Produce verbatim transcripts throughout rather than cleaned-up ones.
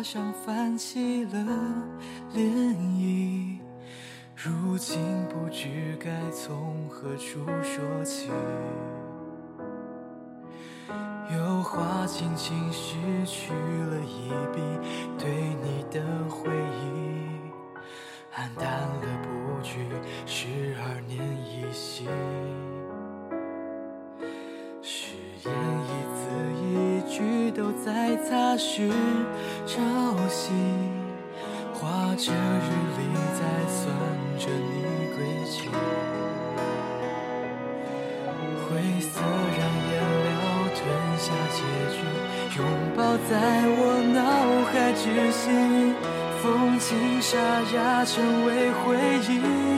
上泛起了涟漪，如今不知该从何处说起。有话轻轻失去了一笔，对你的回忆黯淡了不惧，十二年一夕。誓言一字一句都在擦拭朝夕，画着日历在算着你归期。灰色让颜料吞下结局，拥抱在我脑海窒息，风轻沙哑成为回忆，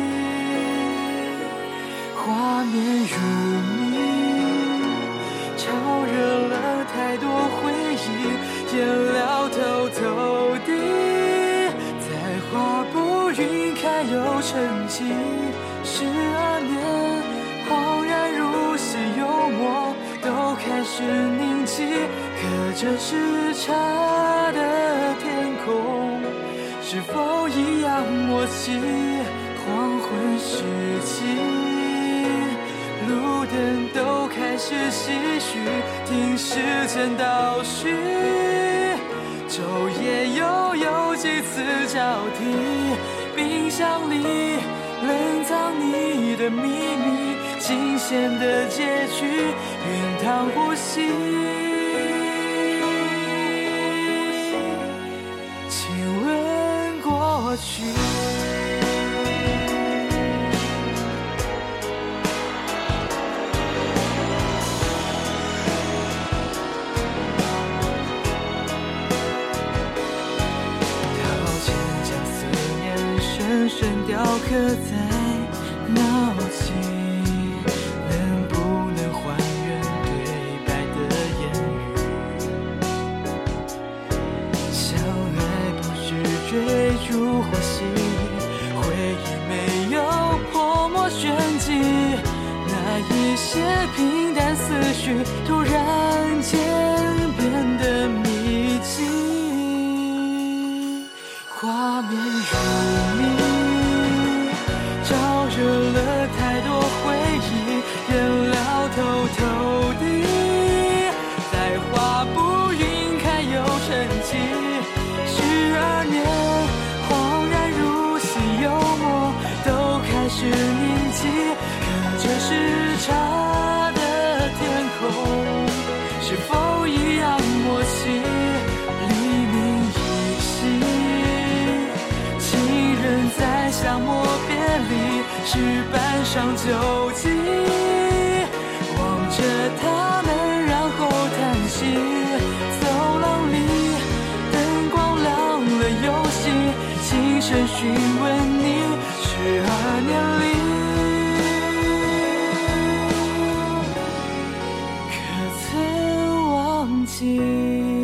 画面如谜，炒热了太多回忆，颜料偷偷地在画布晕开又沉寂。十二年恍然如昔，幽默都开始凝结，可这时差的天空是否一样默契？黄昏时期，路灯都开始唏嘘，听时间倒叙，昼夜又有几次交替。冰箱里冷藏你的秘密，惊险的结局，熨烫呼吸。亲吻过去，刀尖将思念深深雕刻在脑际，能不能还原对白的言语？相爱不是追逐或吸引，回忆没有泼墨炫技，那一些平淡思绪突然间变得密集，画面如谜，照热了太多回忆，颜料偷偷地在画布晕开又沉寂。十二年恍然如昔，幽默都开始凝结，可这时差的天空是否一样默契？黎明依稀，情人在相陌别离，石板上旧迹，望着他们然后叹息。走廊里灯光亮了又熄，轻声询问你，十二年里可曾忘记？